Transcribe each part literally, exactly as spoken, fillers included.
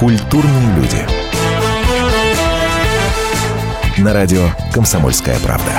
Культурные люди. На радио «Комсомольская правда».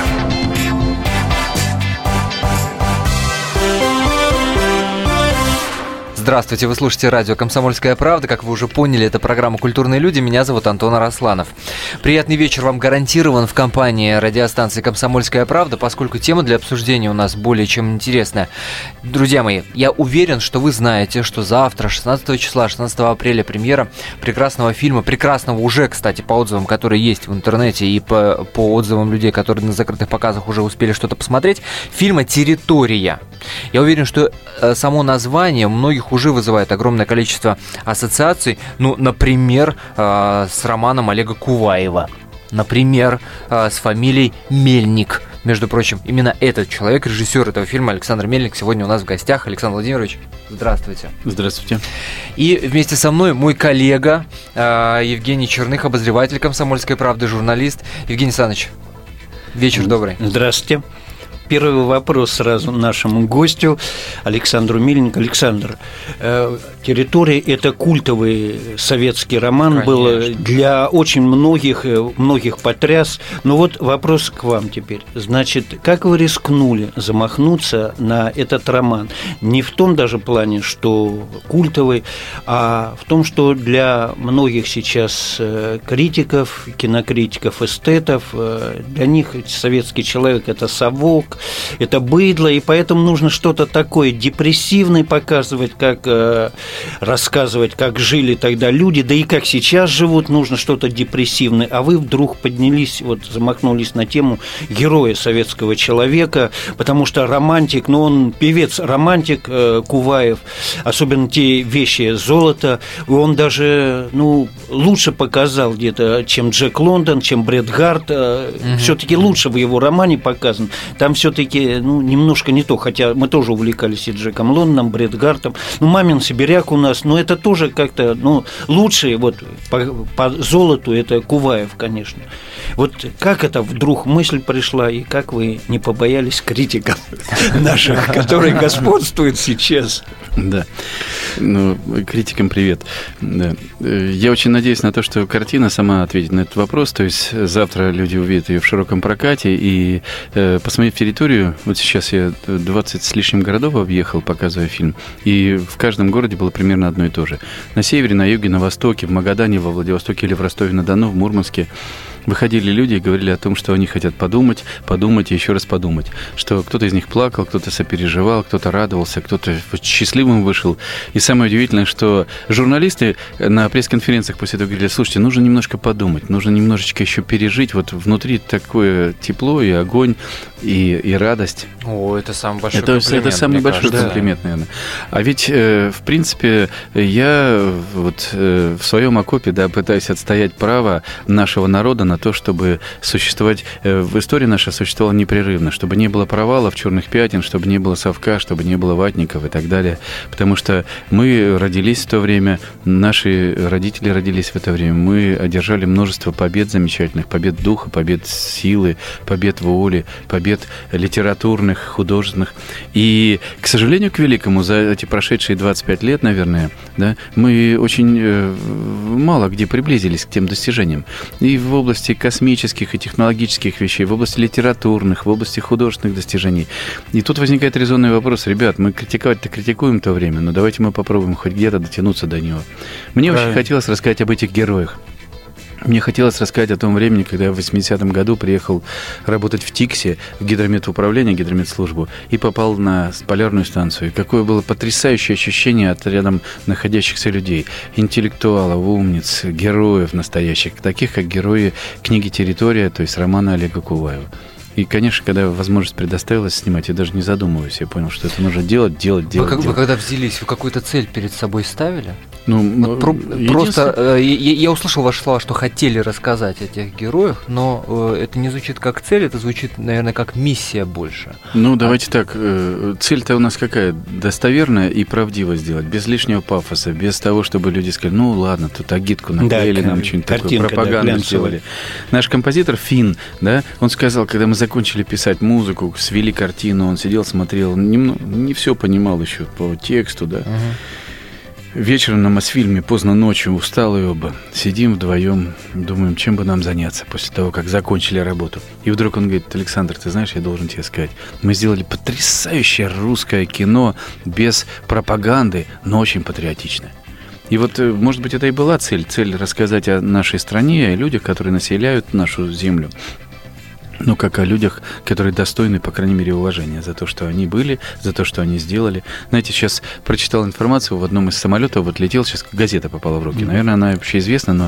Здравствуйте, вы слушаете радио «Комсомольская правда». Как вы уже поняли, это программа «Культурные люди». Меня зовут Антон Арасланов. Приятный вечер вам гарантирован в компании радиостанции «Комсомольская правда», поскольку тема для обсуждения у нас более чем интересная. Друзья мои, я уверен, что вы знаете, что завтра, шестнадцатого числа, шестнадцатого апреля, премьера прекрасного фильма, прекрасного уже, кстати, по отзывам, которые есть в интернете, и по, по отзывам людей, которые на закрытых показах уже успели что-то посмотреть, фильма «Территория». Я уверен, что э, само название у многих уже вызывает огромное количество ассоциаций. Ну, например, э, с романом Олега Куваева. Например, э, с фамилией Мельник. Между прочим, именно этот человек, режиссер этого фильма, Александр Мельник, сегодня у нас в гостях. Александр Владимирович, здравствуйте. Здравствуйте. И вместе со мной мой коллега э, Евгений Черных, обозреватель «Комсомольской правды», журналист. Евгений Александрович, вечер добрый. Здравствуйте. Первый вопрос сразу нашему гостю Александру Мельнику. Александр, э, «Территория» – это культовый советский роман, конечно, был для очень многих, многих потряс. Но вот вопрос к вам теперь. Значит, как вы рискнули замахнуться на этот роман? Не в том даже плане, что культовый, а в том, что для многих сейчас критиков, кинокритиков, эстетов, для них советский человек – это совок, это быдло, и поэтому нужно что-то такое депрессивное показывать, как э, рассказывать, как жили тогда люди, да и как сейчас живут, нужно что-то депрессивное. А вы вдруг поднялись, вот замахнулись на тему героя советского человека, потому что романтик, ну он певец-романтик э, Куваев, особенно те вещи «Золото», он даже, ну, лучше показал где-то, чем Джек Лондон, чем Брэд Гарт, э, угу. Все-таки лучше в его романе показан. Там все-таки, ну, немножко не то, хотя мы тоже увлекались и Джеком Лондоном, Брэд Гартом, ну, «Мамин сибиряк» у нас, но это тоже как-то, ну, лучшие, вот, по, по «Золоту» это Куваев, конечно. Вот как это вдруг мысль пришла, и как вы не побоялись критиков наших, которые господствуют сейчас? Да, ну, критикам привет. Да. Я очень надеюсь на то, что картина сама ответит на этот вопрос, то есть завтра люди увидят ее в широком прокате, и э, посмотрев «Территорию», вот сейчас я двадцать с лишним городов объехал, показывая фильм, и в каждом городе было примерно одно и то же. На севере, на юге, на востоке, в Магадане, во Владивостоке или в Ростове-на-Дону, в Мурманске выходили люди и говорили о том, что они хотят подумать, подумать и еще раз подумать. Что кто-то из них плакал, кто-то сопереживал, кто-то радовался, кто-то счастливым вышел. И самое удивительное, что журналисты на пресс-конференциях после этого говорили: слушайте, нужно немножко подумать, нужно немножечко еще пережить. Вот внутри такое тепло и огонь, и, и радость. О, это самый большой это, комплимент. Это самый большой кажется, комплимент, да. наверное. А ведь, э, в принципе, я вот э, в своем окопе, да, пытаюсь отстоять право нашего народа на то, чтобы существовать, в истории наша существовала непрерывно, чтобы не было провалов, черных пятен, чтобы не было совка, чтобы не было ватников и так далее. Потому что мы родились в то время, наши родители родились в это время, мы одержали множество побед замечательных, побед духа, побед силы, побед воли, побед литературных, художественных. И, к сожалению, к великому, за эти прошедшие двадцать пять лет, наверное, да, мы очень мало где приблизились к тем достижениям. И в области космических и технологических вещей, в области литературных, в области художественных достижений. И тут возникает резонный вопрос: ребят, мы критиковать-то критикуем то время, но давайте мы попробуем хоть где-то дотянуться до него. Мне Правильно. Очень хотелось рассказать об этих героях. Мне хотелось рассказать о том времени, когда я в восьмидесятом году приехал работать в ТИКСе, в гидрометуправление, гидрометслужбу, и попал на полярную станцию. И какое было потрясающее ощущение от рядом находящихся людей, интеллектуалов, умниц, героев настоящих, таких как герои книги «Территория», то есть романа Олега Куваева. И, конечно, когда возможность предоставилась снимать, я даже не задумываюсь. Я понял, что это нужно делать, делать, делать. Вы, как, делать. вы когда взялись, вы какую-то цель перед собой ставили? Ну, вот про, просто э, я, я услышал ваши слова, что хотели рассказать о тех героях, но э, это не звучит как цель, это звучит, наверное, как миссия больше. Ну, давайте а... так. Э, цель-то у нас какая? Достоверная и правдиво сделать, без лишнего пафоса, без того, чтобы люди сказали: ну, ладно, тут агитку наклеили, да, нам что-нибудь такое, пропаганду да, сделали. Наш композитор Финн, да, он сказал, когда мы закончили писать музыку, свели картину, он сидел, смотрел, не, не все понимал еще по тексту, да. Uh-huh. вечером на Мосфильме, поздно ночью, усталые оба, сидим вдвоем, думаем, чем бы нам заняться после того, как закончили работу. И вдруг он говорит: Александр, ты знаешь, я должен тебе сказать, мы сделали потрясающее русское кино без пропаганды, но очень патриотичное. И вот, может быть, это и была цель, цель рассказать о нашей стране, о людях, которые населяют нашу землю. Ну, как о людях, которые достойны, по крайней мере, уважения за то, что они были, за то, что они сделали. Знаете, сейчас прочитал информацию, в одном из самолетов вот летел, сейчас газета попала в руки. Наверное, она вообще известна, но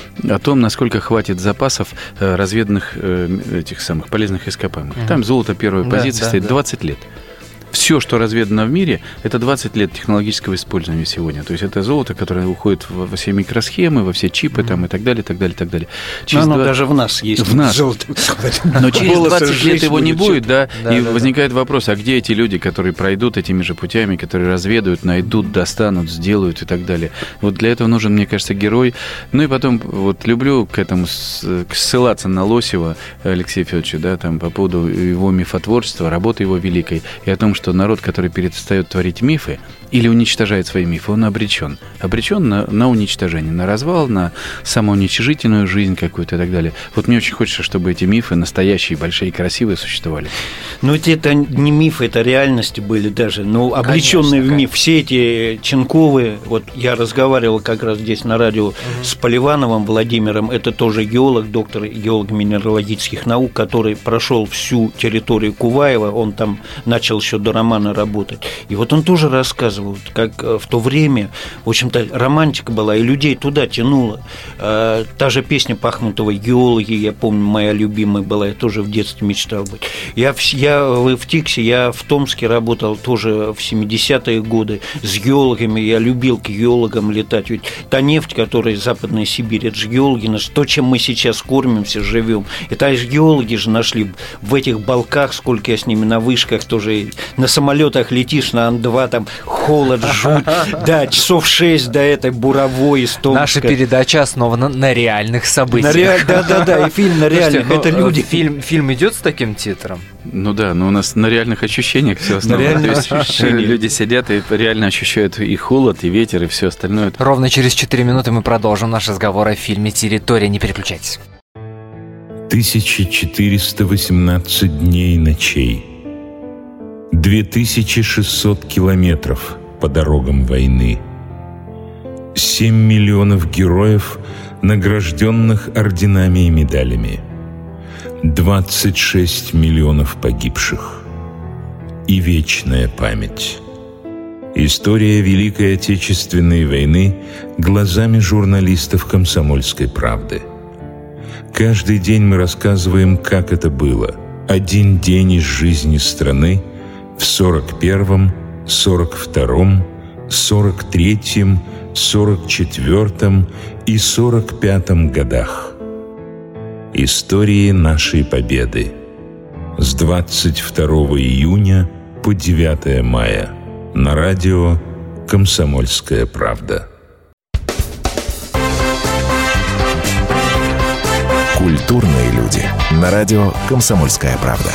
о том, насколько хватит запасов разведанных этих самых полезных ископаемых. Mm-hmm. Там золото первой да, позиции да, стоит да. двадцать лет. Все, что разведано в мире, это двадцать лет технологического использования сегодня. То есть это золото, которое уходит во все микросхемы, во все чипы там, и так далее, так далее, так далее. Через Но оно два... даже в нас есть. В нас. Золото. Но через двадцать лет его не будет, да? да и да, возникает да. вопрос, а где эти люди, которые пройдут этими же путями, которые разведают, найдут, достанут, сделают и так далее. Вот для этого нужен, мне кажется, герой. Ну и потом, вот люблю к этому ссылаться на Лосева Алексея Федоровича, да, там, по поводу его мифотворчества, работы его великой, и о том, что народ, который перестает творить мифы или уничтожает свои мифы, он обречен. Обречен на, на уничтожение, на развал, на самоуничижительную жизнь какую-то и так далее. Вот мне очень хочется, чтобы эти мифы, настоящие, большие, красивые, существовали. Но ведь это не мифы, это реальности были даже. Но облеченные в миф. Все эти Ченковы, вот я разговаривал как раз здесь на радио угу. с Поливановым Владимиром, это тоже геолог, доктор геолого-минералогических наук, который прошел всю территорию Куваева, он там начал еще до романа работать. И вот он тоже рассказывал, как в то время, в общем-то, романтика была, и людей туда тянуло. Та же песня Пахмутовой «Геологи», я помню, моя любимая была, я тоже в детстве мечтал быть. Я в, я в ТИКСе, я в Томске работал тоже в семидесятые годы с геологами, я любил к геологам летать. Ведь та нефть, которая из Западной Сибири, это же геологи наши, то, чем мы сейчас кормимся, живем. Это же геологи же нашли в этих балках, сколько я с ними на вышках тоже, на самолетах летишь, на Ан два, там холод, жуть, да, часов шесть до этой буровой из Томска. Наша передача основана на реальных событиях. На реаль... Да, да, да, и фильм на реальных. Слушайте, это люди. Фильм, фильм идет с таким титром? Ну да, но у нас на реальных ощущениях все основано. То есть люди сидят и реально ощущают и холод, и ветер, и все остальное. Ровно через четыре минуты мы продолжим наш разговор о фильме «Территория». Не переключайтесь. тысяча четыреста восемнадцать дней и ночей. две тысячи шестьсот километров по дорогам войны. семь миллионов героев, награжденных орденами и медалями. двадцать шесть миллионов погибших. И вечная память. История Великой Отечественной войны глазами журналистов «Комсомольской правды». Каждый день мы рассказываем, как это было. Один день из жизни страны в сорок первом, сорок втором, сорок третьем, сорок четвертом и сорок пятом годах. Истории нашей победы. С двадцать второго июня по девятое мая. На радио «Комсомольская правда». Культурные люди. На радио «Комсомольская правда».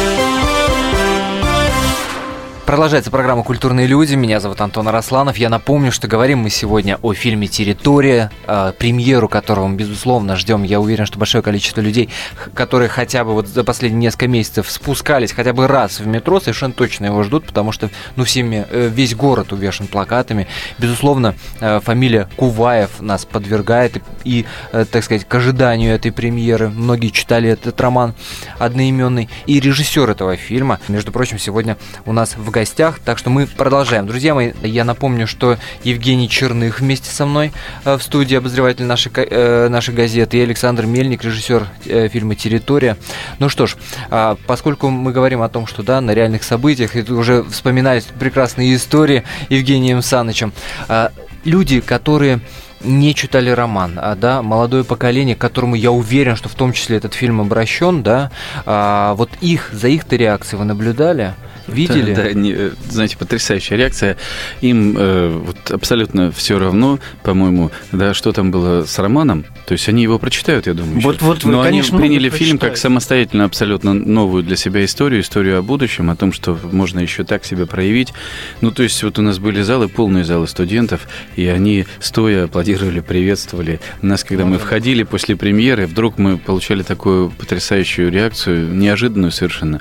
Продолжается программа «Культурные люди». Меня зовут Антон Арасланов. Я напомню, что говорим мы сегодня о фильме «Территория», э, премьеру которого мы, безусловно, ждем. Я уверен, что большое количество людей, которые хотя бы вот за последние несколько месяцев спускались хотя бы раз в метро, совершенно точно его ждут, потому что, ну, всеми, э, весь город увешан плакатами. Безусловно, э, фамилия Куваев нас подвергает и, и э, так сказать, к ожиданию этой премьеры. Многие читали этот роман одноименный. И режиссер этого фильма, между прочим, сегодня у нас в гостях, так что мы продолжаем. Друзья мои, я напомню, что Евгений Черных вместе со мной в студии, обозреватель нашей, нашей газеты, и Александр Мельник, режиссер фильма «Территория». Ну что ж, поскольку мы говорим о том, что да, на реальных событиях, и уже вспоминались прекрасные истории Евгением Санычем, люди, которые не читали роман, а, да, молодое поколение, к которому я уверен, что в том числе этот фильм обращен, да, а, вот их, за их-то реакции вы наблюдали? Видели? Да, да не, знаете, потрясающая реакция. Им э, вот абсолютно все равно, по-моему, да, что там было с романом. То есть они его прочитают, я думаю. Вот, вот вы, Но конечно, они приняли фильм как самостоятельно абсолютно новую для себя историю, историю о будущем, о том, что можно еще так себя проявить. Ну, то есть вот у нас были залы, полные залы студентов, и они стоя аплодировали, приветствовали нас, когда мы входили после премьеры, вдруг мы получали такую потрясающую реакцию, неожиданную совершенно.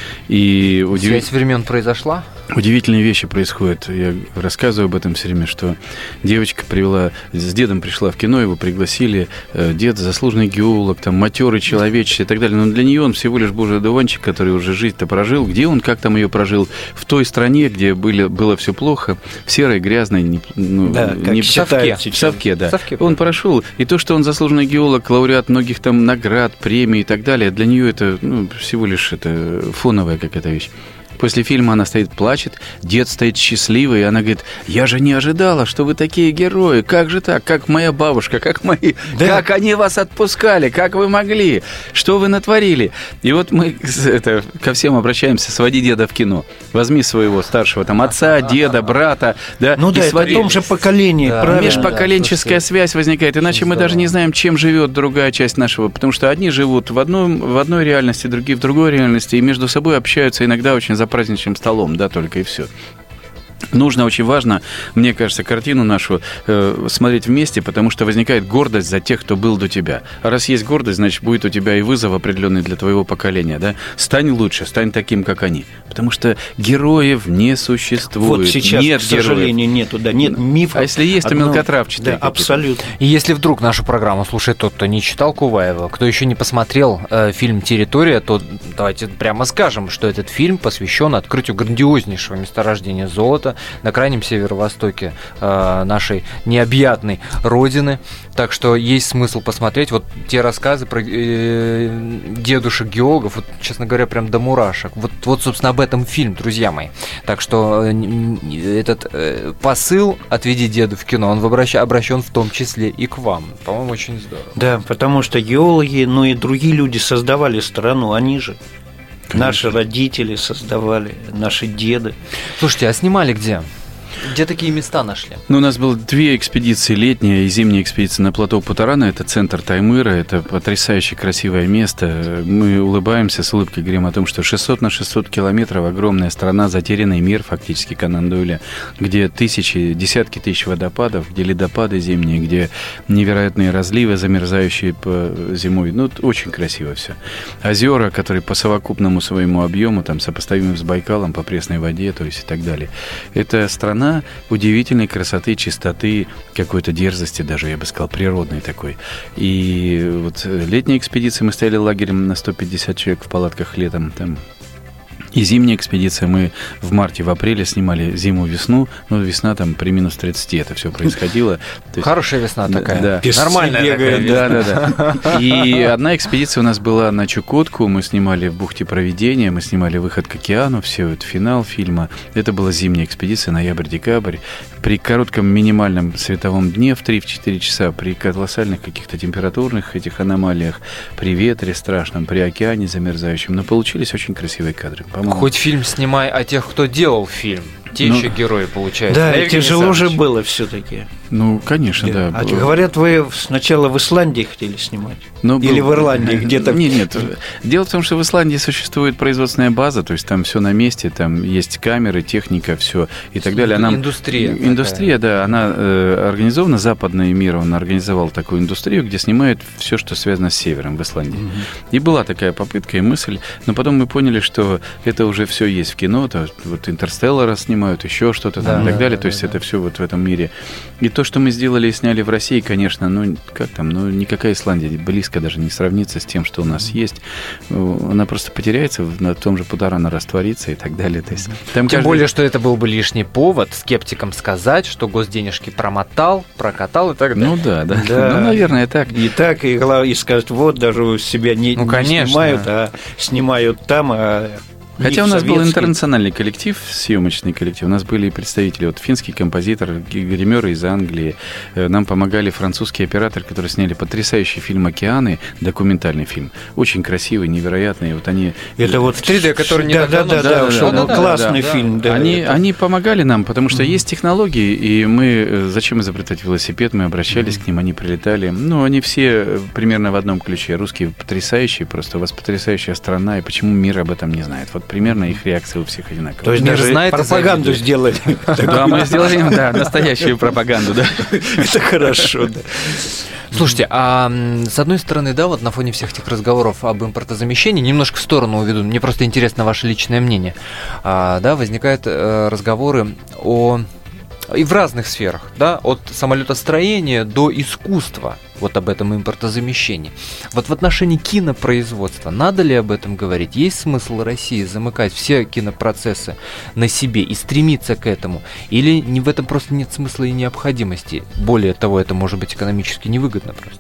И удив... Связь времен произошла? Удивительные вещи происходят. Я рассказываю об этом все время, что девочка привела, с дедом пришла в кино, его пригласили, дед заслуженный геолог, там, матерый человеческий и так далее. Но для нее он всего лишь божий одуванчик, который уже жизнь-то прожил. Где он, как там ее прожил? В той стране, где были, было все плохо, в серой, грязной, не, ну, да, не в совке. В совке, да. Совке, он прошел. И то, что он заслуженный геолог, лауреат многих там наград, премий и так далее, для нее это ну, всего лишь это фоновая какая-то вещь. После фильма она стоит, плачет, дед стоит счастливый, и она говорит: я же не ожидала, что вы такие герои, как же так, как моя бабушка, как мои, да. Как они вас отпускали, как вы могли, что вы натворили. И вот мы это, ко всем обращаемся: своди деда в кино, возьми своего старшего там отца, деда, брата, да. Ну да, это своди... в том же поколении, да, правильно. Межпоколенческая да, связь возникает, иначе мы даже не знаем, чем живет другая часть нашего, потому что одни живут в одной, в одной реальности, другие в другой реальности, и между собой общаются иногда очень за праздничным столом, да, только и все. Нужно, очень важно, мне кажется, картину нашу э, смотреть вместе, потому что возникает гордость за тех, кто был до тебя. А раз есть гордость, значит, будет у тебя и вызов определенный для твоего поколения, да? Стань лучше, стань таким, как они. Потому что героев не существует. Вот сейчас, нет к сожалению, героев. нету, да, нет мифов. А если есть, то одно... мелкотравчатые. Да, абсолютно. И если вдруг нашу программу слушает тот, кто не читал Куваева, кто еще не посмотрел э, фильм «Территория», то давайте прямо скажем, что этот фильм посвящен открытию грандиознейшего месторождения золота на крайнем северо-востоке э, нашей необъятной родины. Так что есть смысл посмотреть. Вот те рассказы про э, дедушек-геологов, вот, честно говоря, прям до мурашек. Вот, вот, собственно, об этом фильм, друзья мои. Так что э, этот э, посыл «Отведи деду в кино», он обращ... обращен в том числе и к вам. По-моему, очень здорово. Да, потому что геологи, ну и другие люди создавали страну, они же. Конечно. Наши родители создавали, наши деды. Слушайте, а снимали где? Где такие места нашли? Ну, у нас было две экспедиции, летняя и зимняя экспедиция на плато Путарана. Это центр Таймыра, это потрясающе красивое место. Мы улыбаемся, с улыбкой говорим о том, что шестьсот на шестьсот километров, огромная страна, затерянный мир фактически Канандуля, где тысячи, десятки тысяч водопадов, где ледопады зимние, где невероятные разливы, замерзающие по зимой. Ну, очень красиво все. Озера, которые по совокупному своему объему, там, сопоставимы с Байкалом по пресной воде, то есть и так далее. Это страна удивительной красоты, чистоты, какой-то дерзости даже, я бы сказал, природной такой. И вот летняя экспедиция, мы стояли лагерем на сто пятьдесят человек в палатках летом, там. И зимняя экспедиция, мы в марте, в апреле снимали зиму-весну, ну, весна там при минус тридцати это все происходило. То есть, хорошая весна такая, да. Нормальная такая весна. Да, да, да. И одна экспедиция у нас была на Чукотку, мы снимали в бухте Провидения, мы снимали выход к океану, все, это финал фильма. Это была зимняя экспедиция, ноябрь-декабрь. При коротком минимальном световом дне в три-четыре часа, при колоссальных каких-то температурных этих аномалиях, при ветре страшном, при океане замерзающем. Но получились очень красивые кадры. Хоть фильм снимай о тех, кто делал фильм. Те ну, еще герои, получается. Да, да, тяжело же было все-таки. Ну, конечно, да. да. А говорят, вы сначала в Исландии хотели снимать? Но Или был... в Ирландии где-то? Нет, нет. Дело в том, что в Исландии существует производственная база, то есть там все на месте, там есть камеры, техника, все и так далее. Она... Индустрия. Индустрия, такая. Да, она э, организована, западный мир, он организовал такую индустрию, где снимают все, что связано с севером в Исландии. Угу. И была такая попытка и мысль, но потом мы поняли, что это уже все есть в кино, то вот «Интерстеллара» снимают, еще что-то там, да, и так да, далее, да, то есть да, это да. все вот в этом мире. И то, что мы сделали и сняли в России, конечно, ну, как там, ну, никакая Исландия близко даже не сравнится с тем, что у нас есть. Она просто потеряется, на том же Путарана растворится и так далее. То есть, там Тем каждый... более, что это был бы лишний повод скептикам сказать, что госденежки промотал, прокатал и так далее. Ну да, да. да. Ну, наверное, так. И так, и, и скажут, вот, даже себя не, ну, не конечно. снимают, а снимают там, а Хотя у нас был интернациональный коллектив, съемочный коллектив. У нас были представители, вот финский композитор, гримеры из Англии. Нам помогали французские операторы, которые сняли потрясающий фильм «Океаны», документальный фильм. Очень красивый, невероятный. Вот они... Это вот три дэ, который не да, да, да, да, да, да, классный да, фильм. Да. Да, они, это... они помогали нам, потому что mm-hmm. есть технологии, и мы... Зачем изобретать велосипед? Мы обращались mm-hmm. к ним, они прилетали. Ну, они все примерно в одном ключе. Русские потрясающие, просто у вас потрясающая страна, и почему мир об этом не знает? Вот примерно их реакция у всех одинаковая. То есть мир даже знает, пропаганду сделали. Да, мы сделали да, настоящую пропаганду, да. Это хорошо, да. Слушайте, а с одной стороны, да, вот на фоне всех этих разговоров об импортозамещении, немножко в сторону уведу, мне просто интересно ваше личное мнение, а, да, возникают э, разговоры о... И в разных сферах, да, от самолетостроения до искусства, вот об этом импортозамещении. Вот в отношении кинопроизводства, надо ли об этом говорить? Есть смысл России замыкать все кинопроцессы на себе и стремиться к этому? Или не в этом просто нет смысла и необходимости? Более того, это может быть экономически невыгодно просто.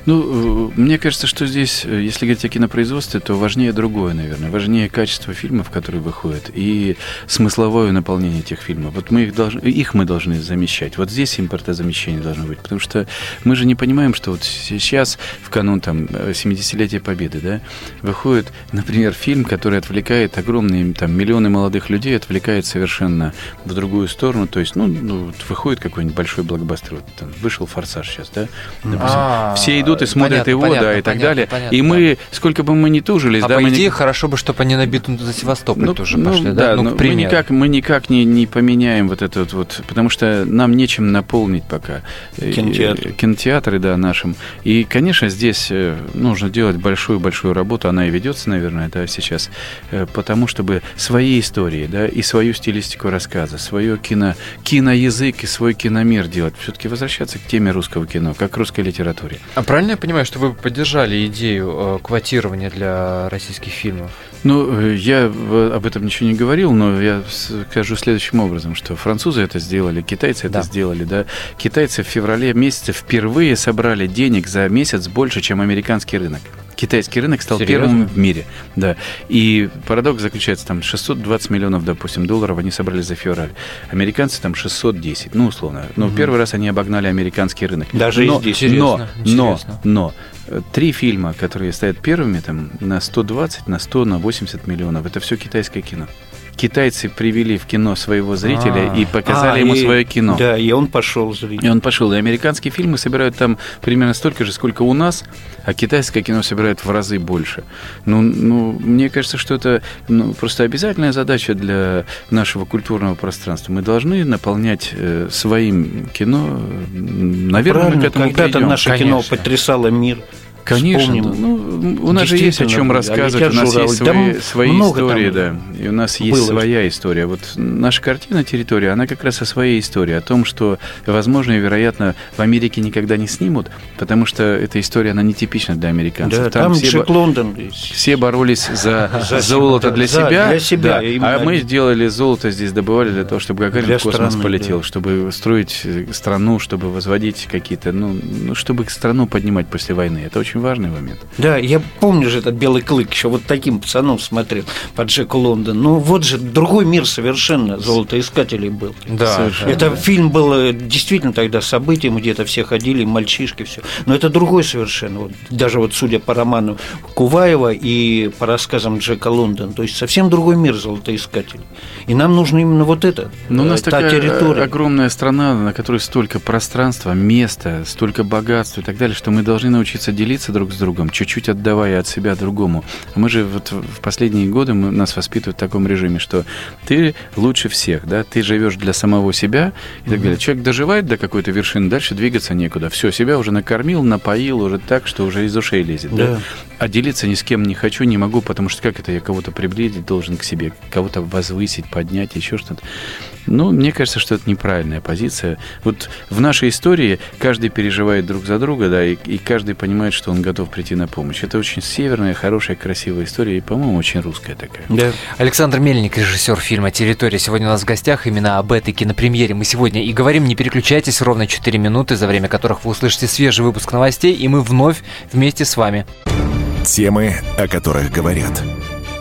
Ну, мне кажется, что здесь, если говорить о кинопроизводстве, то важнее другое, наверное. Важнее качество фильмов, которые выходят, и смысловое наполнение этих фильмов. Вот мы их должны, их мы должны замещать. Вот здесь импортозамещение должно быть. Потому что мы же не понимаем, что вот сейчас, в канун там, семидесятилетия Победы, да, выходит, например, фильм, который отвлекает огромные там, миллионы молодых людей, отвлекает совершенно в другую сторону. То есть, ну, ну выходит какой-нибудь большой блокбастер. Вот, там, вышел «Форсаж» сейчас, да? Допустим, все идут и смотрят понятно, его, понятно, да, и так понятно, далее. Понятно, и мы, да. сколько бы мы ни тужились... А да, по мы идее, не... хорошо бы, чтобы они на битву за Севастополь ну, тоже ну, пошли, да? да? Ну, но мы никак, мы никак не, не поменяем вот это вот, вот, потому что нам нечем наполнить пока кинотеатры, кинотеатры да, нашим. И, конечно, здесь нужно делать большую-большую работу, она и ведется, наверное, да, сейчас, потому чтобы свои истории, да, и свою стилистику рассказа, свое кино, киноязык и свой киномир делать. Все-таки возвращаться к теме русского кино, как к русской литературе. А правильно я понимаю, что вы поддержали идею квотирования для российских фильмов? Ну, я об этом ничего не говорил, но я скажу следующим образом, что французы это сделали, китайцы это да. сделали, да. Китайцы в феврале месяце впервые собрали денег за месяц больше, чем американский рынок. Китайский рынок стал Серьезно? первым в мире, да. И парадокс заключается, там шестьсот двадцать миллионов, допустим, долларов они собрали за февраль. Американцы там шестьсот десять, ну, условно. Но угу. первый раз они обогнали американский рынок. Даже но, здесь. Но, но, Интересно. но, три фильма, которые стоят первыми, там, на сто двадцать, на сто, на восемьдесят миллионов, это все китайское кино. Китайцы привели в кино своего зрителя А-а-а. и показали а, ему и, свое кино. Да, и он пошел зритель. И он пошел. И американские фильмы собирают там примерно столько же, сколько у нас, а китайское кино собирают в разы больше. Ну, ну мне кажется, что это ну, просто обязательная задача для нашего культурного пространства. Мы должны наполнять э, своим кино. Наверное, Правильно, мы к этому когда-то придем. наше Конечно. кино потрясало мир. Конечно, ну, у нас же есть о чем рассказывать, у нас есть свои, свои истории, да, и у нас есть было. своя история. Вот наша картина «Территория», она как раз о своей истории, о том, что, возможно и вероятно, в Америке никогда не снимут, потому что эта история, она нетипична для американцев. Да, там там все, Джек Лондон. Все боролись за, за золото для да, себя, для себя да, а мы делали золото здесь, добывали для того, чтобы Гагарин в космос страны, полетел, да. чтобы строить страну, чтобы возводить какие-то, ну, ну, чтобы страну поднимать после войны. Это очень важный момент. Да, я помню же этот «Белый клык», еще вот таким пацаном смотрел по Джеку Лондону. Ну вот же другой мир совершенно золотоискателей был. Да, совершенно. Это да. фильм был действительно тогда событием, где-то все ходили, мальчишки, все. Но это другой совершенно. Вот, даже вот судя по роману Куваева и по рассказам Джека Лондона, то есть совсем другой мир золотоискателей. И нам нужно именно вот это. Но у нас та такая территория. Огромная страна, на которой столько пространства, места, столько богатства и так далее, что мы должны научиться делиться друг с другом, чуть-чуть отдавая от себя другому. Мы же вот в последние годы мы, нас воспитывают в таком режиме, что ты лучше всех, да, ты живешь для самого себя и так mm-hmm. далее. Человек доживает до какой-то вершины, дальше двигаться некуда. Все, себя уже накормил, напоил уже так, что уже из ушей лезет. Да. Да? А делиться ни с кем не хочу, не могу, потому что как это я кого-то приблизить должен к себе, кого-то возвысить, поднять, еще что-то. Ну, мне кажется, что это неправильная позиция. Вот в нашей истории каждый переживает друг за друга, да, и, и каждый понимает, что он готов прийти на помощь. Это очень северная, хорошая, красивая история и, по-моему, очень русская такая. Да. Александр Мельник, режиссер фильма «Территория», сегодня у нас в гостях. Именно об этой кинопремьере мы сегодня и говорим. Не переключайтесь, ровно четыре минуты, за время которых вы услышите свежий выпуск новостей, и мы вновь вместе с вами. Темы, о которых говорят.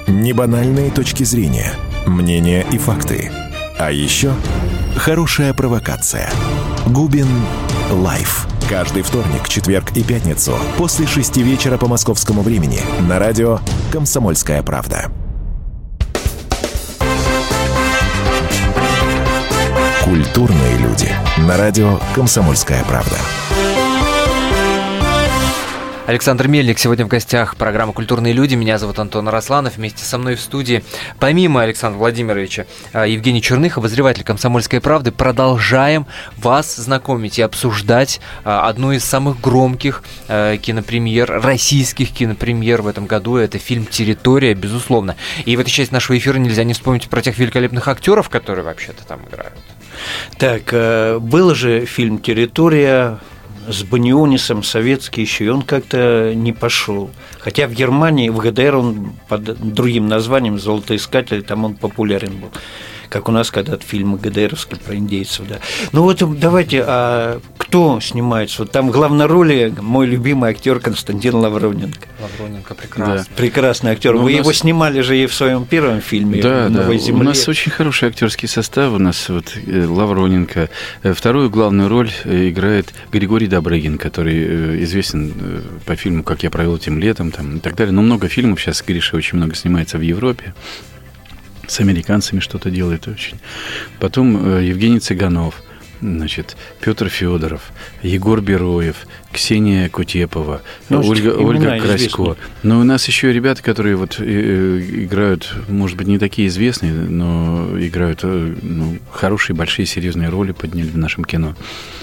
Небанальные точки зрения, мнения и факты. А еще хорошая провокация. Губин Лайф. Каждый вторник, четверг и пятницу после шести вечера по московскому времени на радио «Комсомольская правда». Культурные люди. На радио «Комсомольская правда». Александр Мельник сегодня в гостях программы «Культурные люди». Меня зовут Антон Арасланов. Вместе со мной в студии, помимо Александра Владимировича, Евгений Черных, обозреватель «Комсомольской правды». Продолжаем вас знакомить и обсуждать одну из самых громких кинопремьер, российских кинопремьер в этом году. Это фильм «Территория», безусловно. И в этой части нашего эфира нельзя не вспомнить про тех великолепных актеров, которые вообще-то там играют. Так, был же фильм «Территория» с Банионисом, советский еще, и он как-то не пошел. Хотя в Германии, в ГДР он под другим названием «Золотоискатель», там он популярен был. Как у нас когда-то фильмы ГДРовские про индейцев, да. Ну вот давайте, а кто снимается? Вот там в главной роли мой любимый актер Константин Лавроненко. Лавроненко прекрасный. Да. Прекрасный актер. Вы нас... его снимали же и в своем первом фильме. Да, «Новой да. земле». У нас очень хороший актерский состав. У нас вот Лавроненко. Вторую главную роль играет Григорий Добрыгин, который известен по фильму «Как я провел этим летом» там, и так далее. Но много фильмов сейчас Гриша очень много снимается в Европе. С американцами что-то делает очень. Потом э, Евгений Цыганов, значит, Петр Федоров, Егор Бероев, Ксения Кутепова, ну, Ольга, Ольга Красько. Но у нас еще ребята, которые вот э, играют, может быть, не такие известные, но играют э, ну, хорошие, большие, серьезные роли подняли в нашем кино.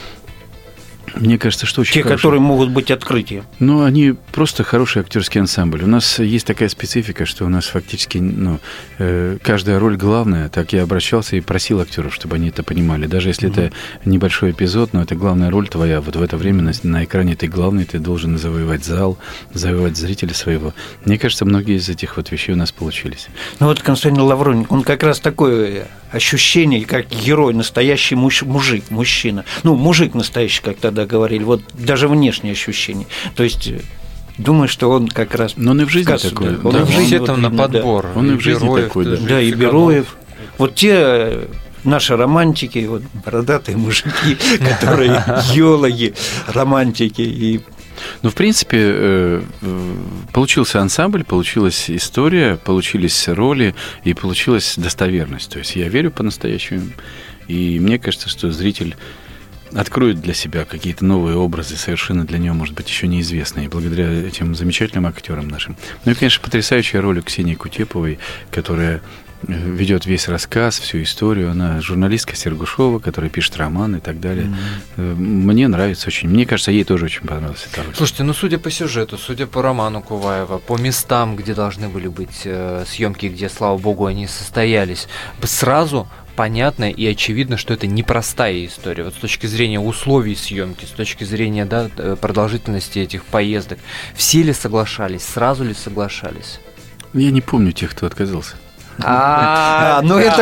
Мне кажется, что очень Те, хорошие. которые могут быть открытием. Ну, они просто хороший актерский ансамбль. У нас есть такая специфика, что у нас фактически ну, э, каждая роль главная. Так я обращался и просил актеров, чтобы они это понимали. Даже если mm-hmm. это небольшой эпизод, но это главная роль твоя. Вот в это время на, на экране ты главный, ты должен завоевать зал, завоевать зрителя своего. Мне кажется, многие из этих вот вещей у нас получились. Ну вот Константин Лавроненко, он как раз такое ощущение, как герой, настоящий муж, мужик, мужчина. Ну, мужик настоящий, как тогда говорили, вот даже внешнее ощущение. То есть, думаю, что он как раз... Но он и в жизни кассу, такой. Да. Он да, и в жизни вот там на подбор. Да. Он и в жизни Бероев, такой, да. Да, и Бероев. Вот те наши романтики, вот бородатые мужики, которые геологи, романтики и... Ну, в принципе, получился ансамбль, получилась история, получились роли и получилась достоверность. То есть я верю по-настоящему, и мне кажется, что зритель откроет для себя какие-то новые образы, совершенно для него, может быть, еще неизвестные, благодаря этим замечательным актерам нашим. Ну и, конечно, потрясающая роль у Ксении Кутеповой, которая ведет весь рассказ, всю историю. Она журналистка Сергушова, которая пишет роман и так далее. Mm-hmm. Мне нравится очень. Мне кажется, ей тоже очень понравилась эта роль. Слушайте, ну судя по сюжету, судя по роману Куваева, по местам, где должны были быть э, съемки, где, слава богу, они состоялись, сразу понятно и очевидно, что это непростая история. Вот с точки зрения условий съемки, с точки зрения да, продолжительности этих поездок. Все ли соглашались? Сразу ли соглашались? Я не помню тех, кто отказался. А, ну это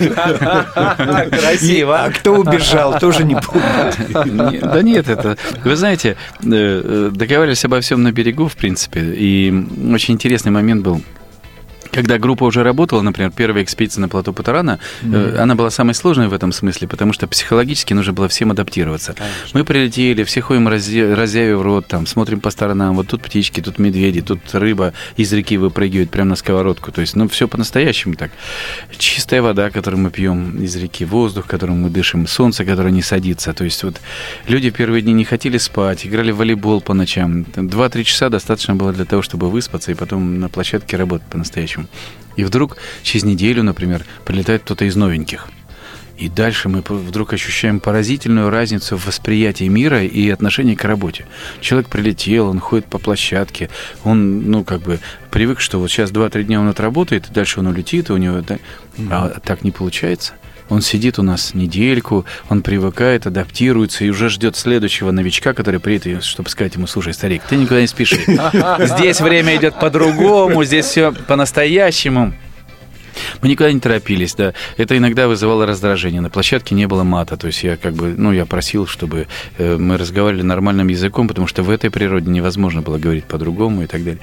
вот красиво. А кто убежал, тоже не помню. Да нет, это... Вы знаете, договаривались обо всем на берегу, в принципе, и очень интересный момент был. Когда группа уже работала, например, первая экспедиция на плато Путарана, mm-hmm. она была самой сложной в этом смысле, потому что психологически нужно было всем адаптироваться. Конечно. Мы прилетели, все ходим разъявив рот, там, смотрим по сторонам, вот тут птички, тут медведи, тут рыба из реки выпрыгивает прямо на сковородку. То есть, ну, все по-настоящему так. Чистая вода, которую мы пьем из реки, воздух, которым мы дышим, солнце, которое не садится. То есть, вот люди первые дни не хотели спать, играли в волейбол по ночам. Два-три часа достаточно было для того, чтобы выспаться и потом на площадке работать по-настоящему. И вдруг через неделю, например, прилетает кто-то из новеньких. И дальше мы вдруг ощущаем поразительную разницу в восприятии мира и отношении к работе. Человек прилетел, он ходит по площадке, он, ну, как бы привык, что вот сейчас два-три дня он отработает, и дальше он улетит, и у него... А так не получается. Он сидит у нас недельку, он привыкает, адаптируется и уже ждет следующего новичка, который приедет, чтобы сказать ему: слушай, старик, ты никуда не спеши. Здесь время идет по-другому, здесь все по-настоящему. Мы никуда не торопились, да. Это иногда вызывало раздражение. На площадке не было мата, то есть я как бы, ну, я просил, чтобы мы разговаривали нормальным языком, потому что в этой природе невозможно было говорить по-другому и так далее.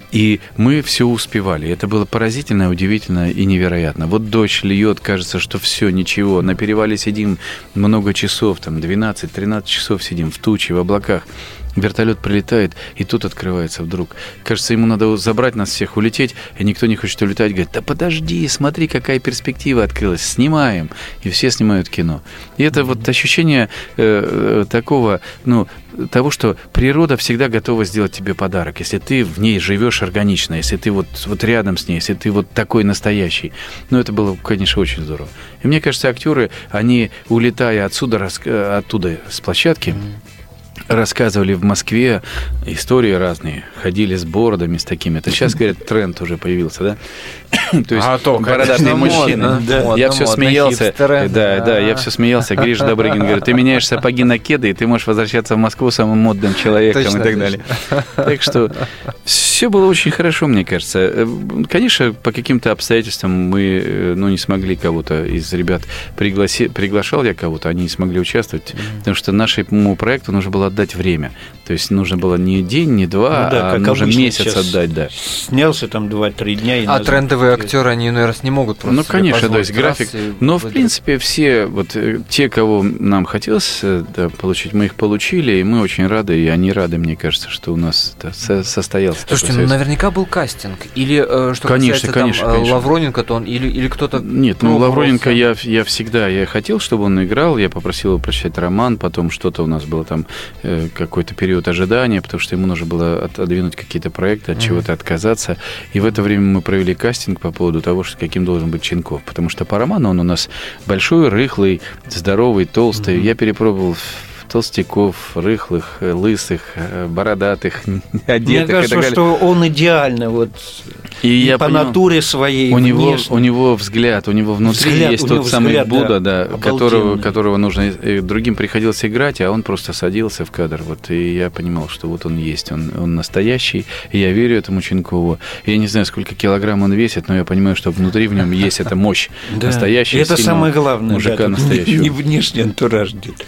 И мы все успевали. Это было поразительно, удивительно и невероятно. Вот дождь льет, кажется, что все, ничего. На перевале сидим много часов, там двенадцать-тринадцать часов сидим в туче, в облаках. Вертолет прилетает, и тут открывается вдруг. Кажется, ему надо забрать нас всех, улететь, и никто не хочет улетать. Говорит, да подожди, смотри, какая перспектива открылась, снимаем. И все снимают кино. И это вот ощущение э, такого, ну, того, что природа всегда готова сделать тебе подарок, если ты в ней живешь органично, если ты вот, вот рядом с ней, если ты вот такой настоящий. Ну, это было, конечно, очень здорово. И мне кажется, актеры, они, улетая отсюда, оттуда, с площадки, рассказывали в Москве истории разные, ходили с бородами, с такими. Это сейчас, говорят, тренд уже появился, да? То есть а то, бородатые мужчины. Модно, да. Модно, я все модно, смеялся. Хипстеры. Да, да, я все смеялся. Гриша Добрыгин говорит, ты меняешь сапоги на кеды, и ты можешь возвращаться в Москву самым модным человеком, точно, и так точно. Далее. Так что все было очень хорошо, мне кажется. Конечно, по каким-то обстоятельствам мы, ну, не смогли кого-то из ребят пригласить. Приглашал я кого-то, они не смогли участвовать, mm-hmm. потому что нашему проекту нужно было отдать время. То есть нужно было не день, не два, ну, да, а нужно месяц отдать. Да. Снялся там два-три дня. И а трендовые актеры, они, наверное, не могут просто. Ну, конечно, то есть график. Но, в принципе, все вот те, кого нам хотелось, да, получить, мы их получили, и мы очень рады, и они рады, мне кажется, что у нас это состоялся. Слушайте, ну, наверняка был кастинг. Или, что конечно, касается конечно, там, конечно. Лавроненко, то он, или, или кто-то... Нет, ну, Лавроненко я, я всегда, я хотел, чтобы он играл, я попросил его прочитать роман, потом что-то у нас было там, э, какой-то период ожидания, потому что ему нужно было отодвинуть какие-то проекты, от mm-hmm. чего-то отказаться, и в это время мы провели кастинг по поводу того, что каким должен быть Ченков, потому что по роману он у нас большой, рыхлый, здоровый, толстый, mm-hmm. я перепробовал толстяков, рыхлых, лысых, бородатых, одетых. Мне кажется, и так далее. Что он идеально вот и, и я по понимаю, натуре своей. У него, у него взгляд, у него внутри взгляд, есть тот самый взгляд, Будда, да, да, которого, которого нужно другим приходилось играть, а он просто садился в кадр. Вот, и я понимал, что вот он есть, он, он настоящий, и я верю этому Ченкову. Я не знаю, сколько килограмм он весит, но я понимаю, что внутри в нем есть эта мощь настоящая. Это самое главное. Мужика настоящего. Не внешний антураж где-то.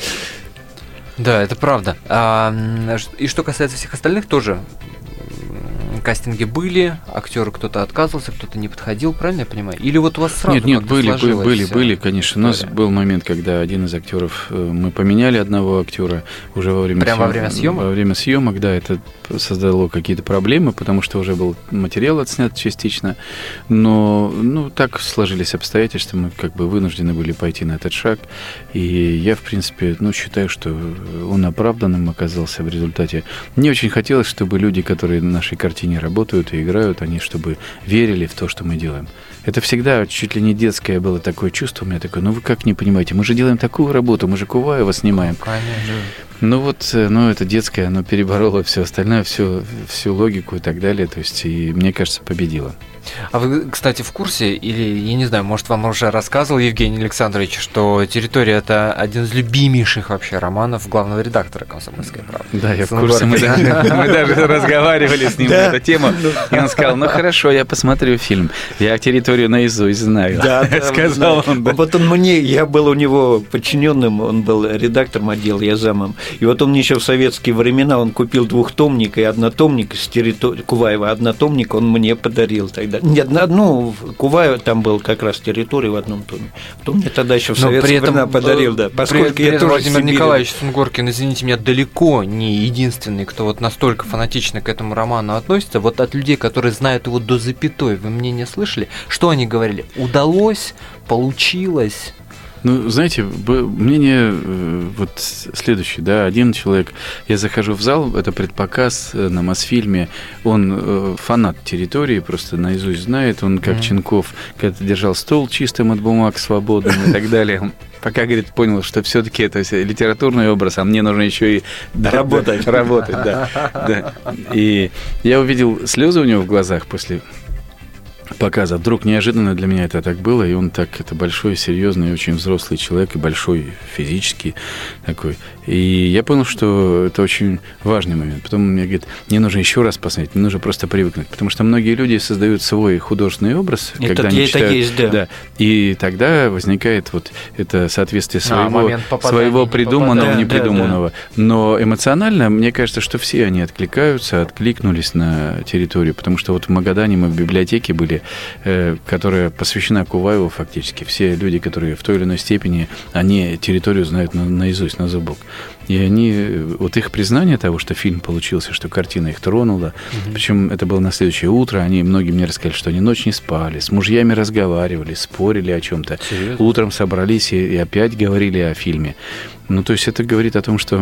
Да, это правда. А, и что касается всех остальных, тоже кастинги были, актеры кто-то отказывался, кто-то не подходил, правильно я понимаю? Или вот у вас сразу Нет, нет, были, были, были, были, конечно. У нас был момент, когда один из актеров, мы поменяли одного актера уже во время Прямо съемок. во время съемок? Во время съемок, да, это создало какие-то проблемы, потому что уже был материал отснят частично, но, ну, так сложились обстоятельства, мы как бы вынуждены были пойти на этот шаг, и я, в принципе, ну, считаю, что он оправданным оказался в результате. Мне очень хотелось, чтобы люди, которые на нашей картине работают и играют, они чтобы верили в то, что мы делаем. Это всегда чуть ли не детское было такое чувство. У меня такое, ну вы как не понимаете, мы же делаем такую работу, мы же Куваева снимаем. Конечно. Ну вот, ну это детское, оно перебороло все остальное, всю, всю логику и так далее. То есть, и мне кажется, победило. А вы, кстати, в курсе, или, я не знаю, может, вам уже рассказывал Евгений Александрович, что «Территория» — это один из любимейших вообще романов главного редактора «Комсомольской правды». Да, я в курсе, мы даже разговаривали с ним на эту тему, и он сказал, ну хорошо, я посмотрю фильм, я «Территорию» наизусть знаю. Да, сказал он. Вот он мне, я был у него подчиненным, он был редактором отдела, я замом, и вот он мне еще в советские времена, он купил двухтомник и однотомник с территории Куваева, однотомник он мне подарил тогда. Нет, ну, Куваев там был как раз «Территория» в одном томе. Кто мне тогда еще в советские времена подарил, да. Поскольку при, я при тоже Владимир Николаевич Сунгоркин, извините меня, далеко не единственный, кто вот настолько фанатично к этому роману относится. Вот от людей, которые знают его до запятой, вы мнение слышали? Что они говорили? Удалось? Получилось? Ну, знаете, мнение вот следующее, да, один человек, я захожу в зал, это предпоказ на Мосфильме, он фанат «Территории», просто наизусть знает, он как mm-hmm. Ченков, когда держал стол чистым от бумаг, свободным и так далее, пока, говорит, понял, что все-таки это литературный образ, а мне нужно еще и работать, работать, да, да. И я увидел слезы у него в глазах после показа. Вдруг неожиданно для меня это так было, и он так, это большой, серьезный, очень взрослый человек, и большой физически такой. И я понял, что это очень важный момент. Потом он мне говорит, не нужно еще раз посмотреть, не нужно просто привыкнуть. Потому что многие люди создают свой художественный образ, это когда они читают. Есть, да. Да. И тогда возникает вот это соответствие своего, а, своего придуманного, да, непридуманного. Да, да. Но эмоционально, мне кажется, что все они откликаются, откликнулись на территорию. Потому что вот в Магадане мы в библиотеке были, которая посвящена Куваеву фактически. Все люди, которые в той или иной степени, они территорию знают на, наизусть, на зубок. И они, вот их признание того, что фильм получился, что картина их тронула, mm-hmm. причем это было на следующее утро, они, многие мне рассказали, что они ночь не спали, с мужьями разговаривали, спорили о чем-то. Серьезно? Утром собрались и, и опять говорили о фильме. Ну, то есть это говорит о том, что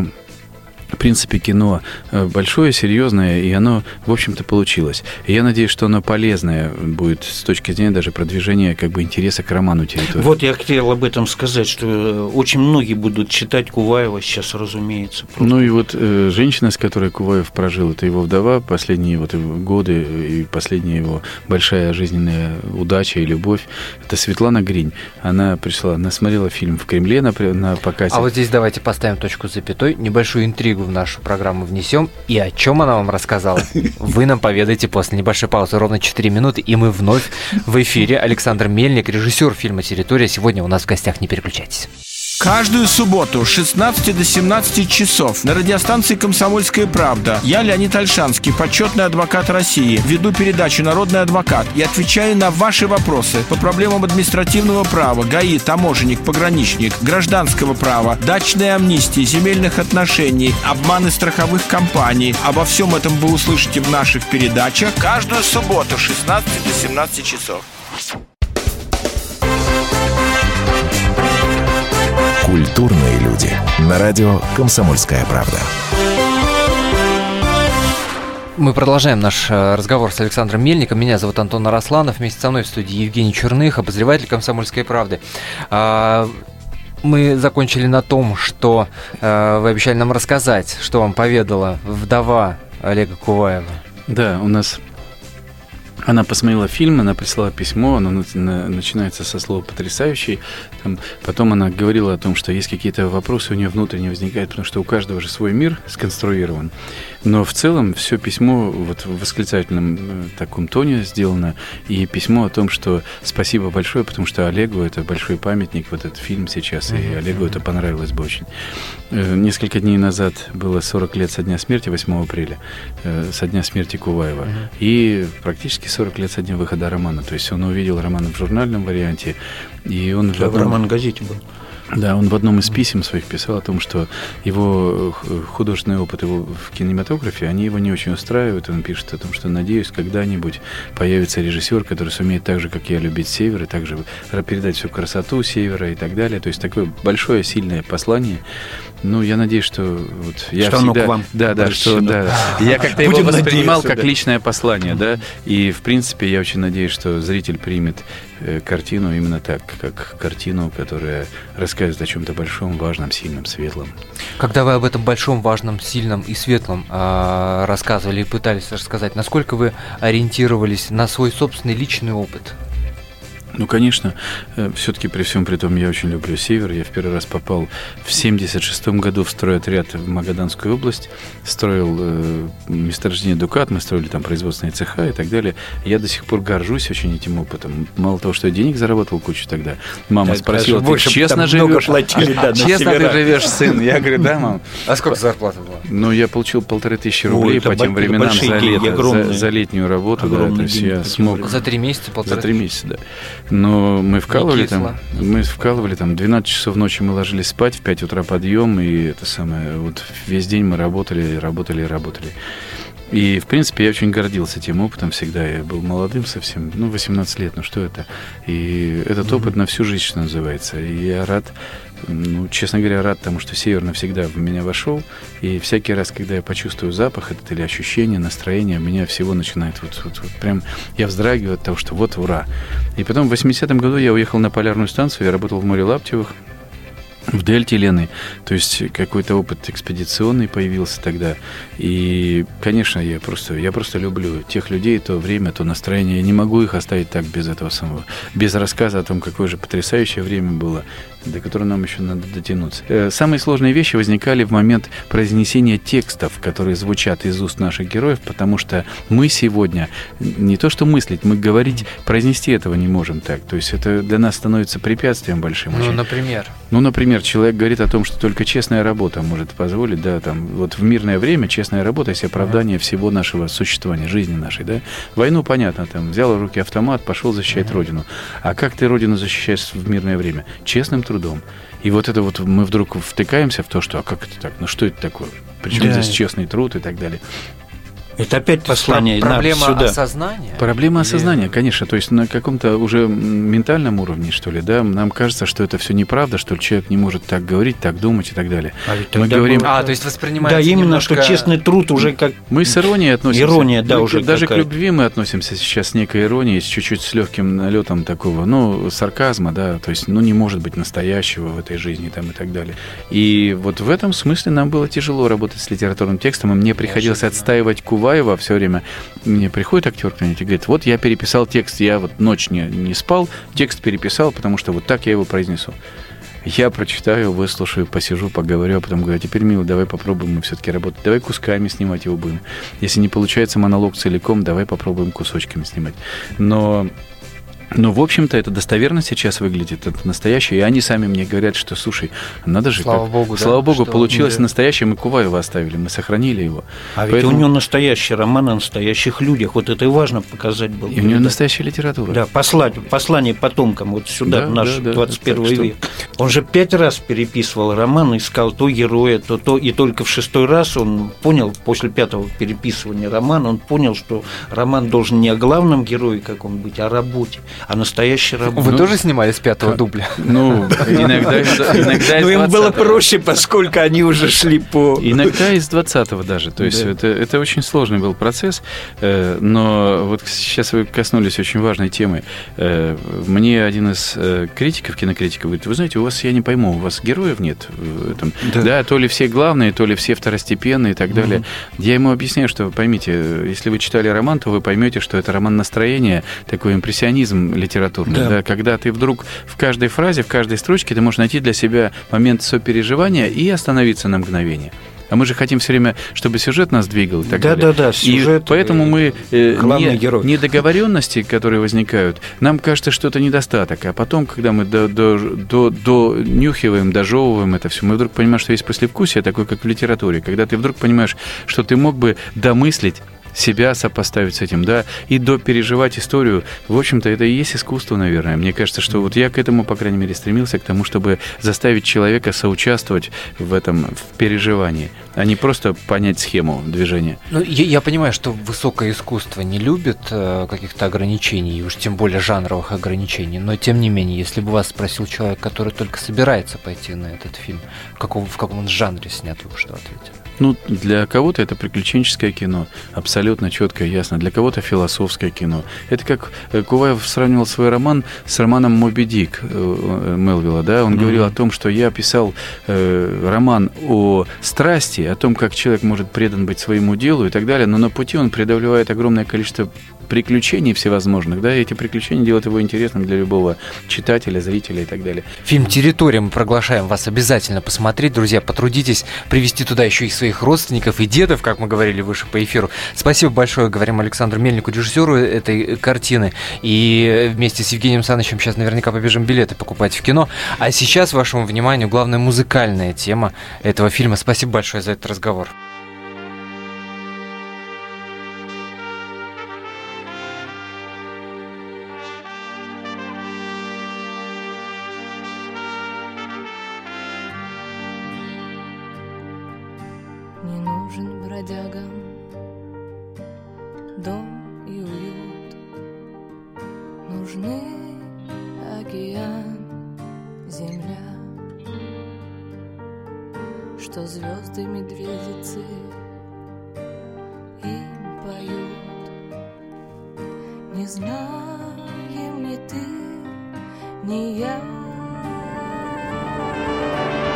в принципе, кино большое, серьезное, и оно, в общем-то, получилось. И я надеюсь, что оно полезное будет с точки зрения даже продвижения как бы интереса к роману «Территория». Вот я хотел об этом сказать, что очень многие будут читать Куваева сейчас, разумеется. Просто. Ну и вот э, женщина, с которой Куваев прожил, это его вдова, последние вот годы и последняя его большая жизненная удача и любовь, это Светлана Гринь. Она пришла, она смотрела фильм в Кремле на, на показе. А вот здесь давайте поставим точку с запятой, небольшую интригу в нашу программу внесем. И о чем она вам рассказала, вы нам поведаете после небольшой паузы. Ровно четыре минуты, и мы вновь в эфире. Александр Мельник, режиссер фильма «Территория», сегодня у нас в гостях. Не переключайтесь. Каждую субботу с шестнадцати до семнадцати часов на радиостанции «Комсомольская правда» я, Леонид Ольшанский, почетный адвокат России, веду передачу «Народный адвокат» и отвечаю на ваши вопросы по проблемам административного права, ГАИ, таможенник, пограничник, гражданского права, дачной амнистии, земельных отношений, обманы страховых компаний. Обо всем этом вы услышите в наших передачах каждую субботу с шестнадцати до семнадцати часов. Культурные люди. На радио «Комсомольская правда». Мы продолжаем наш разговор с Александром Мельником. Меня зовут Антон Арасланов. Вместе со мной в студии Евгений Черных, обозреватель «Комсомольской правды». Мы закончили на том, что вы обещали нам рассказать, что вам поведала вдова Олега Куваева. Да, у нас... Она посмотрела фильм, она прислала письмо, оно начинается со слова «потрясающий». Там, потом она говорила о том, что есть какие-то вопросы у нее внутренне возникают, потому что у каждого же свой мир сконструирован. Но в целом все письмо вот в восклицательном таком тоне сделано, и письмо о том, что спасибо большое, потому что Олегу это большой памятник, вот этот фильм сейчас, и Олегу это понравилось бы очень. Несколько дней назад было сорок лет со дня смерти, восьмого апреля, со дня смерти Куваева, uh-huh. и практически сорок лет со дня выхода романа. То есть он увидел роман в журнальном варианте, и он да, в, одном... в роман-газете был. Да, он в одном из писем своих писал о том, что его художественный опыт его в кинематографе, они его не очень устраивают. Он пишет о том, что, надеюсь, когда-нибудь появится режиссер, который сумеет так же, как я, любить Север, и также передать всю красоту Севера и так далее. То есть такое большое, сильное послание. Ну, я надеюсь, что вот я что всегда... оно к вам да, да, что, да, я как-то его воспринимал как личное послание, да, и, в принципе, я очень надеюсь, что зритель примет э, картину именно так, как картину, которая рассказывает о чем-то большом, важном, сильном, светлом. Когда вы об этом большом, важном, сильном и светлом э, рассказывали и пытались рассказать, насколько вы ориентировались на свой собственный личный опыт? Ну, конечно, все-таки при всем при том я очень люблю Север. Я в первый раз попал в семьдесят шестом году в стройотряд в Магаданскую область, строил э, месторождение Дукат, мы строили там производственные цеха и так далее. Я до сих пор горжусь очень этим опытом. Мало того, что я денег заработал кучу тогда, мама да, спросила, ты честно живешь? Платили, да, честно ты живешь, сын? Я говорю, да, мам. А сколько зарплата была? Ну, я получил полторы тысячи рублей по тем временам за, лето, за, за летнюю работу. Да, то есть я смог... За три месяца полторы? За три месяца, да. Но мы вкалывали там, мы вкалывали там двенадцать часов ночи мы ложились спать, в пять утра подъем, и это самое, вот весь день мы работали, работали, работали. И, в принципе, я очень гордился тем опытом всегда. Я был молодым совсем, ну, восемнадцать лет, ну что это? И этот mm-hmm. опыт на всю жизнь, что называется. И я рад, ну, честно говоря, рад тому, что Север навсегда в меня вошел. И всякий раз, когда я почувствую запах этот или ощущение, настроение, меня всего начинает вот, вот, вот прям... Я вздрагиваю от того, что вот ура. И потом в восьмидесятом году я уехал на полярную станцию, я работал в море Лаптевых. в дельте Лены. То есть какой-то опыт экспедиционный появился тогда. И, конечно, я просто, я просто люблю тех людей, то время, то настроение. Я не могу их оставить так без этого самого. Без рассказа о том, какое же потрясающее время было, до которого нам еще надо дотянуться. Самые сложные вещи возникали в момент произнесения текстов, которые звучат из уст наших героев, потому что мы сегодня не то что мыслить, мы говорить, произнести этого не можем так. То есть это для нас становится препятствием большим. Ну, очень. например? Ну, например, человек говорит о том, что только честная работа может позволить, да, там, вот в мирное время честная работа есть оправдание всего нашего существования, жизни нашей, да. Войну, понятно, там, взял в руки автомат, пошел защищать Родину. А как ты Родину защищаешь в мирное время? Честным трудом. И вот это вот мы вдруг втыкаемся в то, что, а как это так, ну что это такое? Причем да. здесь честный труд и так далее. Это опять послание нам проблема сюда. осознания? Проблема осознания, конечно. То есть на каком-то уже ментальном уровне, что ли, да, нам кажется, что это все неправда, что человек не может так говорить, так думать и так далее. А ведь мы говорим... А, то есть воспринимается Да, именно, немножко... что честный труд уже как... Мы с иронией относимся. Ирония, да, мы, уже даже какая-то. к любви мы относимся сейчас с некой иронией, с чуть-чуть с легким налетом такого, ну, сарказма, да, то есть, ну, не может быть настоящего в этой жизни там и так далее. И вот в этом смысле нам было тяжело работать с литературным текстом, и мне приходилось отстаивать Куваева все время. Мне приходит актер кто-нибудь и говорит, вот я переписал текст, я вот ночь не, не спал, текст переписал, потому что вот так я его произнесу. Я прочитаю, выслушаю, посижу, поговорю, а потом говорю, а теперь, милый, давай попробуем мы все-таки работать, давай кусками снимать его будем. Если не получается монолог целиком, давай попробуем кусочками снимать. Но... Но, в общем-то, это достоверно сейчас выглядит, это настоящее. И они сами мне говорят, что, слушай, надо же... Слава как... Богу, да, Слава Богу, что... получилось да. настоящее, мы Куваева оставили, мы сохранили его. А ведь Поэтому... у него настоящий роман о настоящих людях. Вот это и важно показать было. И у него да. настоящая литература. Да, послать, послание потомкам вот сюда, Да, в наш да, да. двадцать первый Так век. Он же пять раз переписывал роман, искал то героя, то то, и только в шестой раз он понял, после пятого переписывания романа, он понял, что роман должен не о главном герое каком быть, а о работе, о настоящей работе. Вы Ну, тоже снимали с пятого как? дубля? Ну, иногда, иногда из Но им было двадцатого. проще, поскольку они уже шли по... Иногда из двадцатого даже. То есть Да. это, это очень сложный был процесс. э, Но вот сейчас вы коснулись очень важной темы. Э, Мне один из э, критиков, кинокритиков, говорит, вы знаете, у вас, я не пойму, у вас героев нет в этом. Да. Да, то ли все главные, то ли все второстепенные и так далее. Я ему объясняю, что, поймите, если вы читали роман, то вы поймете, что это роман настроения, такой импрессионизм литературный. Да. Да, когда ты вдруг в каждой фразе, в каждой строчке ты можешь найти для себя момент сопереживания и остановиться на мгновение. А мы же хотим все время, чтобы сюжет нас двигал и так Да, далее. да, да, сюжет, И поэтому мы э, главный не, герой. недоговоренности, которые возникают, нам кажется, что это недостаток. А потом, когда мы до, до, до, донюхиваем, дожевываем это все, мы вдруг понимаем, что есть послевкусие, такое, как в литературе. Когда ты вдруг понимаешь, что ты мог бы домыслить, себя сопоставить с этим, да, и допереживать историю. В общем-то, это и есть искусство, наверное. Мне кажется, что вот я к этому, по крайней мере, стремился, к тому, чтобы заставить человека соучаствовать в этом, в переживании, а не просто понять схему движения. Ну, я, я понимаю, что высокое искусство не любит э, каких-то ограничений, уж тем более жанровых ограничений, но тем не менее, если бы вас спросил человек, который только собирается пойти на этот фильм, в каком, в каком он жанре снят, вы бы что ответили? Ну, для кого-то это приключенческое кино, абсолютно четко и ясно. Для кого-то философское кино. Это как Куваев сравнивал свой роман с романом «Моби Дик» Мелвилла, да? Он mm-hmm. говорил о том, что я писал э, роман о страсти, о том, как человек может предан быть своему делу и так далее, но на пути он преодолевает огромное количество приключений всевозможных, да, и эти приключения делают его интересным для любого читателя, зрителя и так далее. Фильм «Территория» мы приглашаем вас обязательно посмотреть. Друзья, потрудитесь привести туда еще и своих родственников и дедов, как мы говорили выше по эфиру. Спасибо большое, говорим Александру Мельнику, режиссеру этой картины. И вместе с Евгением Санычем сейчас наверняка побежим билеты покупать в кино. А сейчас вашему вниманию главная музыкальная тема этого фильма. Спасибо большое за этот разговор. Не нужен бродягам дом и уют, нужны океан, земля, что звезды медведицы им поют. Не знаем ни ты, ни я.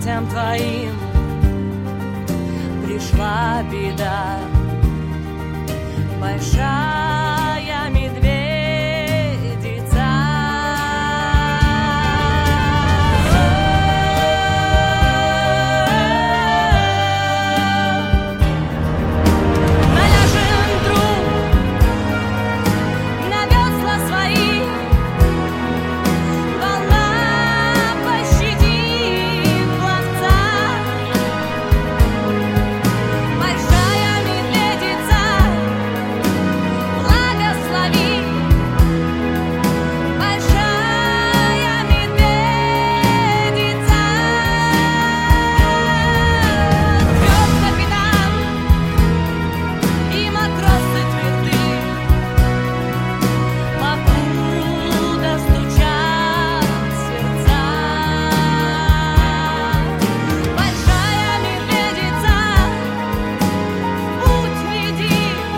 детям твоим пришла беда. Большая медведица. Наляжем друг на весла свои, волна пощадит пловца. Большая медведица, благослови. Большая медведица. Пёс капитан и матросы тверды, покуда стучат сердца. Большая медведица, в путь веди.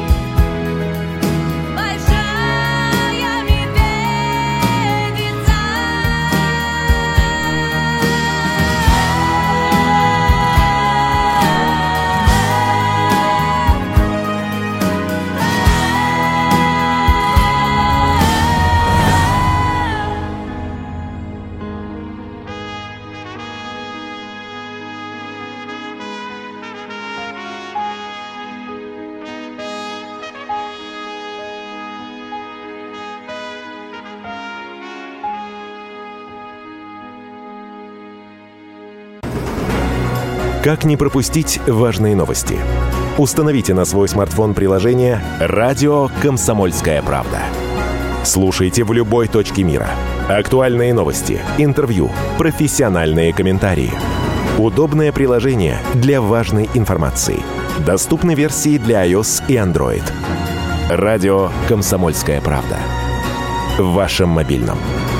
Большая медведица. Как не пропустить важные новости? Установите на свой смартфон приложение «Радио Комсомольская правда». Слушайте в любой точке мира. Актуальные новости, интервью, профессиональные комментарии. Удобное приложение для важной информации. Доступны версии для iOS и Android. «Радио Комсомольская правда». В вашем мобильном.